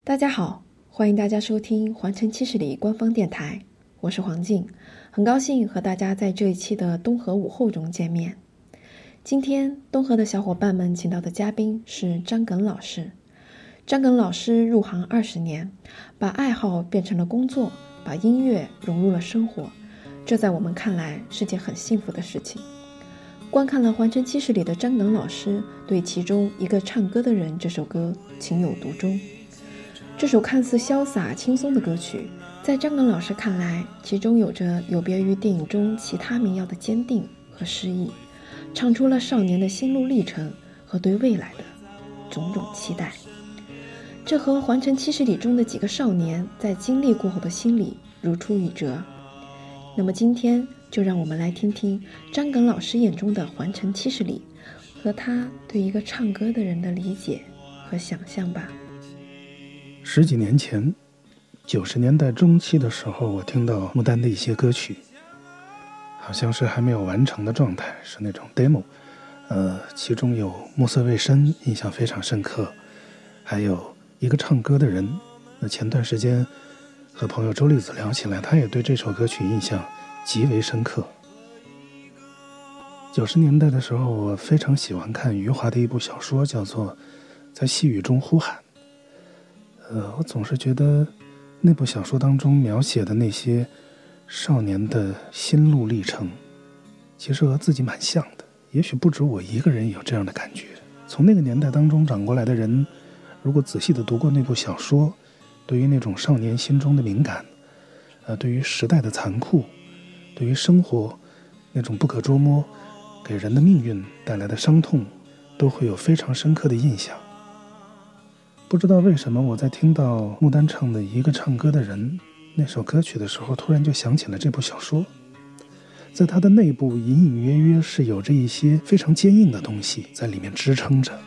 大家好，欢迎大家收听环城70里官方电台，我是黄静，很高兴和大家在这一期的东河午后中见面。今天东河的小伙伴们请到的嘉宾是张耿老师。张耿老师入行20年，把爱好变成了工作，把音乐融入了生活，这在我们看来是件很幸福的事情。观看了《环城70里》的张耿老师对其中一个唱歌的人这首歌情有独钟。这首看似潇洒轻松的歌曲，在张耿老师看来，其中有别于电影中其他民谣的坚定和诗意，唱出了少年的心路历程和对未来的种种期待。这和《环城70里》中的几个少年在经历过后的心理如出一辙。那么今天就让我们来听听张耿老师眼中的《环城70里》和他对一个唱歌的人的理解和想象吧。 十几年前，90年代中期的时候，我听到穆丹的一些歌曲，好像是还没有完成的状态，是那种 demo。其中有《暮色未深》，印象非常深刻，还有一个唱歌的人。前段时间和朋友周丽子聊起来，他也对这首歌曲印象极为深刻。90年代的时候，我非常喜欢看余华的一部小说，叫做《在细雨中呼喊》。我总是觉得那部小说当中描写的那些少年的心路历程，其实和自己蛮像的。也许不止我一个人有这样的感觉。从那个年代当中长过来的人，如果仔细地读过那部小说，对于那种少年心中的敏感，对于时代的残酷，对于生活那种不可捉摸，给人的命运带来的伤痛，都会有非常深刻的印象。不知道为什么，我在听到穆丹唱的一个唱歌的人那首歌曲的时候，突然就想起了这部小说。在它的内部隐隐约约是有着一些非常坚硬的东西在里面支撑着。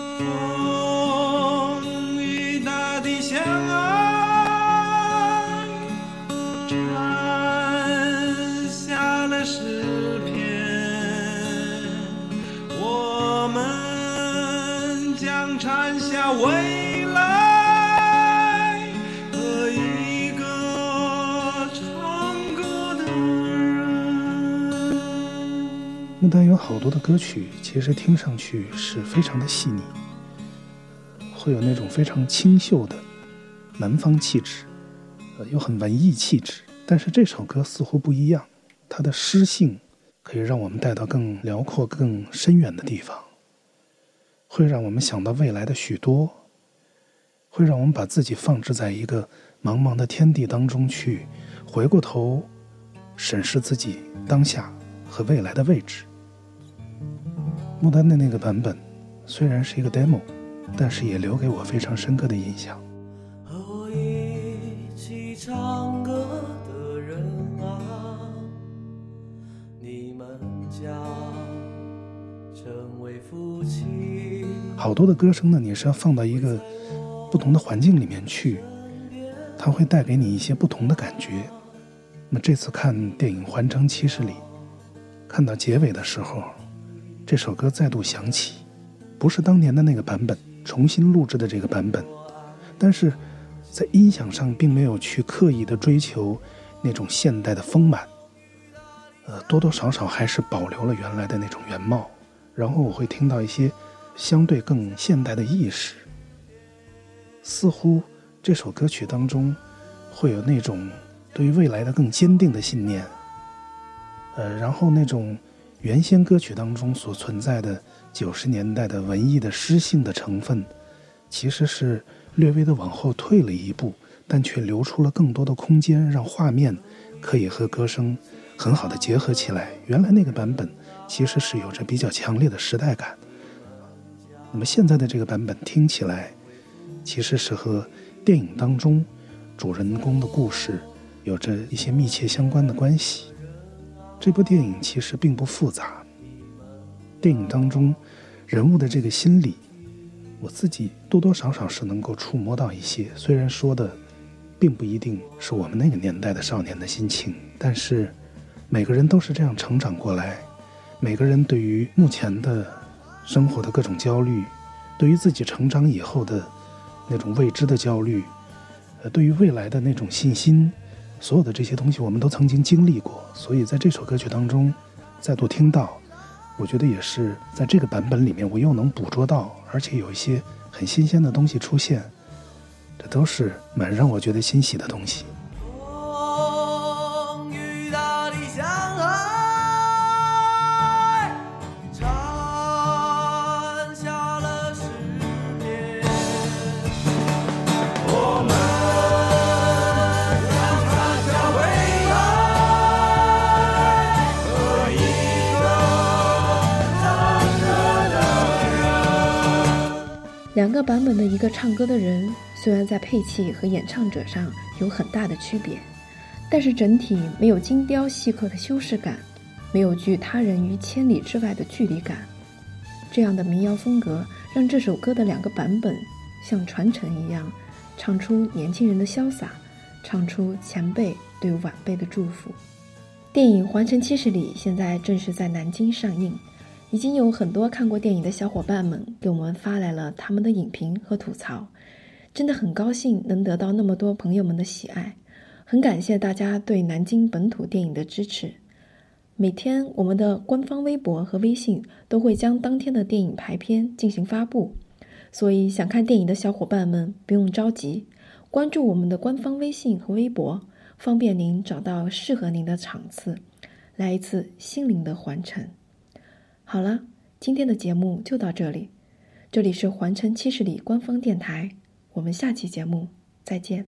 风与大地相爱，传下了诗篇，我们将传下未来和一个唱歌的人。 穆丹有好多的歌曲其实听上去是非常的细腻，会有那种非常清秀的南方气质，又很文艺气质。但是这首歌似乎不一样，它的诗性可以让我们带到更辽阔更深远的地方，会让我们想到未来的许多，会让我们把自己放置在一个茫茫的天地当中去，回过头审视自己当下和未来的位置。穆丹的那个版本虽然是一个 demo， 但是也留给我非常深刻的印象。 和我一起唱歌的人啊，你们将成为夫妻。 好多的歌声呢，你是要放到一个不同的环境里面去，它会带给你一些不同的感觉。那么这次看电影《环城70里》，看到结尾的时候，这首歌再度响起，不是当年的那个版本，重新录制的这个版本，但是在音响上并没有去刻意的追求那种现代的丰满，多多少少还是保留了原来的那种原貌。然后我会听到一些相对更现代的意识，似乎这首歌曲当中会有那种对于未来的更坚定的信念，然后那种原先歌曲当中所存在的90年代的文艺的诗性的成分，其实是略微的往后退了一步，但却留出了更多的空间，让画面可以和歌声很好的结合起来。原来那个版本其实是有着比较强烈的时代感，那么现在的这个版本听起来其实是和电影当中主人公的故事有着一些密切相关的关系。这部电影其实并不复杂，电影当中人物的这个心理，我自己多多少少是能够触摸到一些，虽然说的并不一定是我们那个年代的少年的心情，但是每个人都是这样成长过来，每个人对于目前的生活的各种焦虑，对于自己成长以后的那种未知的焦虑，对于未来的那种信心，所有的这些东西我们都曾经经历过，所以在这首歌曲当中再度听到，我觉得也是在这个版本里面我又能捕捉到，而且有一些很新鲜的东西出现，这都是蛮让我觉得欣喜的东西。 终于大地相爱，唱下了诗篇。我们要传下未来，和一个唱歌的人。 两个版本的一个唱歌的人，虽然在配器和演唱者上有很大的区别，但是整体没有精雕细刻的修饰感，没有拒他人于千里之外的距离感。这样的民谣风格让这首歌的两个版本像传承一样，唱出年轻人的潇洒，唱出前辈对晚辈的祝福。电影《环城70里》现在正式在南京上映，已经有很多看过电影的小伙伴们给我们发来了他们的影评和吐槽，真的很高兴能得到那么多朋友们的喜爱，很感谢大家对南京本土电影的支持。每天我们的官方微博和微信都会将当天的电影排片进行发布，所以想看电影的小伙伴们不用着急，关注我们的官方微信和微博，方便您找到适合您的场次，来一次心灵的环城。好了，今天的节目就到这里，这里是环城70里官方电台，我们下期节目再见。